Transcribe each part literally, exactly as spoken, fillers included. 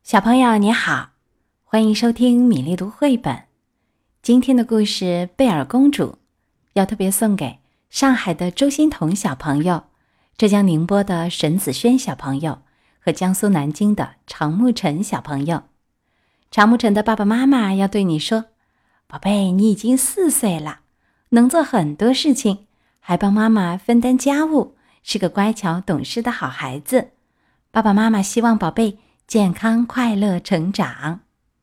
小朋友你好，欢迎收听米粒读绘本。今天的故事《贝尔公主》要特别送给上海的周欣彤小朋友、浙江宁波的沈子轩小朋友和江苏南京的常沐晨小朋友。常沐晨的爸爸妈妈要对你说，宝贝，你已经四岁了，能做很多事情，还帮妈妈分担家务，是个乖巧懂事的好孩子。爸爸妈妈希望宝贝健康快乐成长。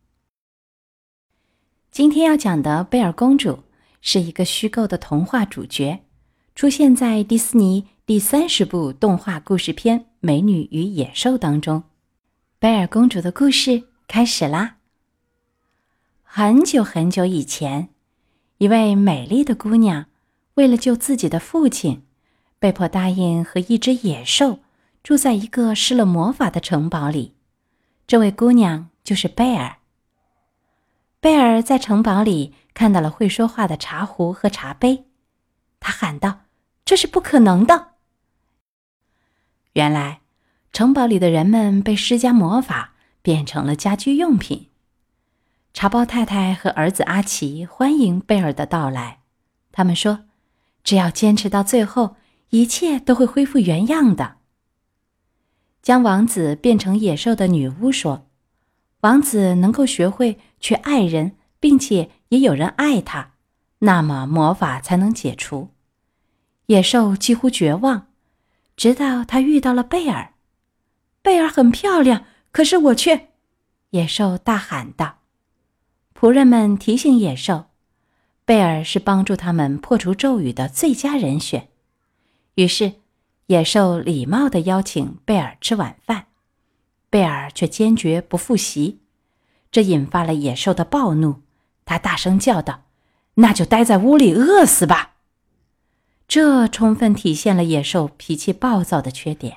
今天要讲的贝尔公主是一个虚构的童话主角，出现在迪士尼第三十部动画故事片《美女与野兽》当中。贝尔公主的故事开始啦。很久很久以前，一位美丽的姑娘为了救自己的父亲，被迫答应和一只野兽住在一个施了魔法的城堡里。这位姑娘就是贝尔。贝尔在城堡里看到了会说话的茶壶和茶杯，她喊道：“这是不可能的！”原来，城堡里的人们被施加魔法，变成了家居用品。茶包太太和儿子阿奇欢迎贝尔的到来，他们说：“只要坚持到最后，一切都会恢复原样的。”将王子变成野兽的女巫说，王子能够学会去爱人，并且也有人爱他，那么魔法才能解除。野兽几乎绝望，直到他遇到了贝尔。贝尔很漂亮，可是我却……野兽大喊道。仆人们提醒野兽，贝尔是帮助他们破除咒语的最佳人选。于是野兽礼貌地邀请贝尔吃晚饭，贝尔却坚决不复席，这引发了野兽的暴怒，他大声叫道：“那就待在屋里饿死吧！”这充分体现了野兽脾气暴躁的缺点。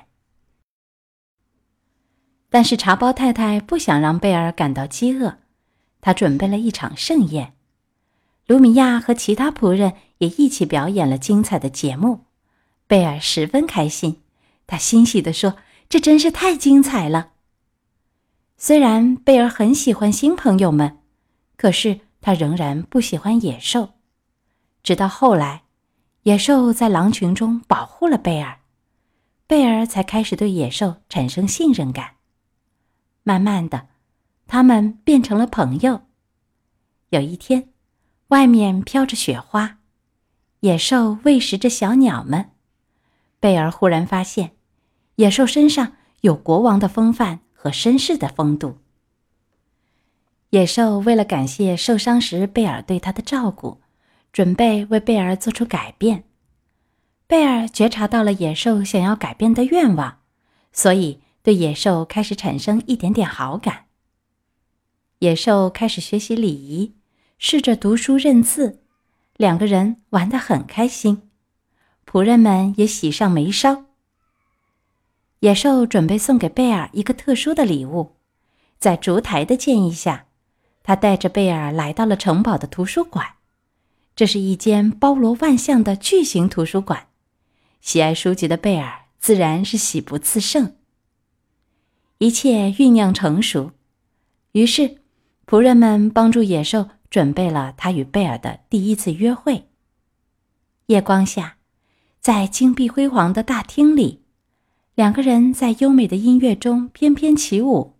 但是茶包太太不想让贝尔感到饥饿，她准备了一场盛宴。卢米亚和其他仆人也一起表演了精彩的节目。贝尔十分开心，他欣喜地说：“这真是太精彩了。”虽然贝尔很喜欢新朋友们，可是他仍然不喜欢野兽。直到后来，野兽在狼群中保护了贝尔，贝尔才开始对野兽产生信任感。慢慢的，他们变成了朋友。有一天，外面飘着雪花，野兽喂食着小鸟们。贝尔忽然发现，野兽身上有国王的风范和绅士的风度。野兽为了感谢受伤时贝尔对他的照顾，准备为贝尔做出改变。贝尔觉察到了野兽想要改变的愿望，所以对野兽开始产生一点点好感。野兽开始学习礼仪，试着读书认字，两个人玩得很开心。仆人们也喜上眉梢。野兽准备送给贝尔一个特殊的礼物，在烛台的建议下，他带着贝尔来到了城堡的图书馆。这是一间包罗万象的巨型图书馆，喜爱书籍的贝尔自然是喜不自胜。一切酝酿成熟，于是仆人们帮助野兽准备了他与贝尔的第一次约会。夜光下，在金碧辉煌的大厅里，两个人在优美的音乐中翩翩起舞。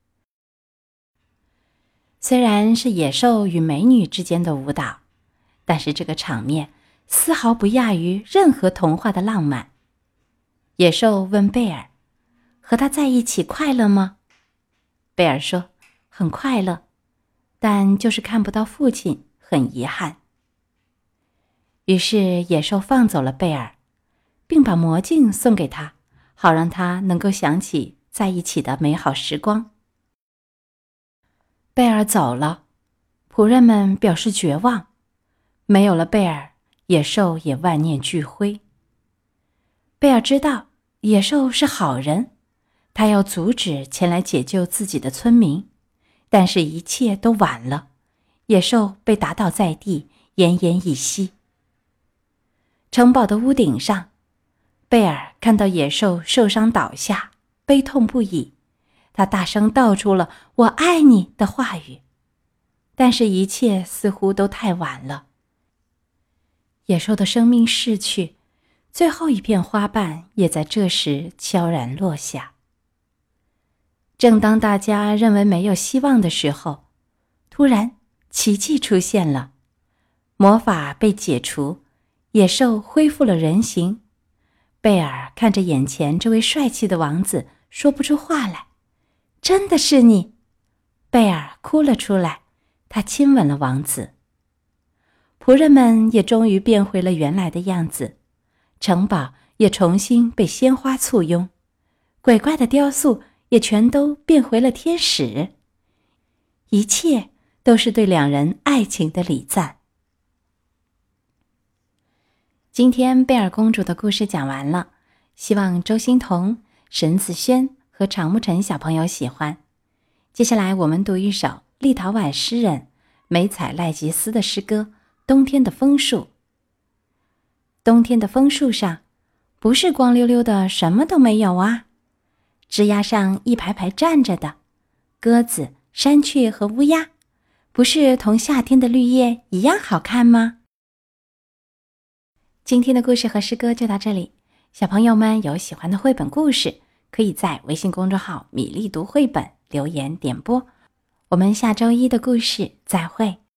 虽然是野兽与美女之间的舞蹈，但是这个场面丝毫不亚于任何童话的浪漫。野兽问贝尔：“和他在一起快乐吗？”贝尔说：“很快乐，但就是看不到父亲，很遗憾。”于是野兽放走了贝尔，并把魔镜送给他，好让他能够想起在一起的美好时光。贝尔走了，仆人们表示绝望，没有了贝尔，野兽也万念俱灰。贝尔知道野兽是好人，他要阻止前来解救自己的村民，但是一切都晚了，野兽被打倒在地，奄奄一息。城堡的屋顶上，贝尔看到野兽受伤倒下，悲痛不已， 他大声道出了"我爱你"的话语。但是一切似乎都太晚了。野兽的生命逝去，最后一片花瓣也在这时悄然落下。正当大家认为没有希望的时候，突然奇迹出现了，魔法被解除，野兽恢复了人形。贝尔看着眼前这位帅气的王子，说不出话来。真的是你！贝尔哭了出来，他亲吻了王子。仆人们也终于变回了原来的样子，城堡也重新被鲜花簇拥，鬼怪的雕塑也全都变回了天使。一切都是对两人爱情的礼赞。今天贝尔公主的故事讲完了，希望周欣彤、沈子轩和常沐晨小朋友喜欢。接下来我们读一首立陶宛诗人梅采赖吉斯的诗歌《冬天的枫树》。冬天的枫树上，不是光溜溜的什么都没有啊，枝桠上一排排站着的鸽子、山雀和乌鸦，不是同夏天的绿叶一样好看吗？今天的故事和诗歌就到这里，小朋友们有喜欢的绘本故事，可以在微信公众号米粒读绘本留言点播。我们下周一的故事再会。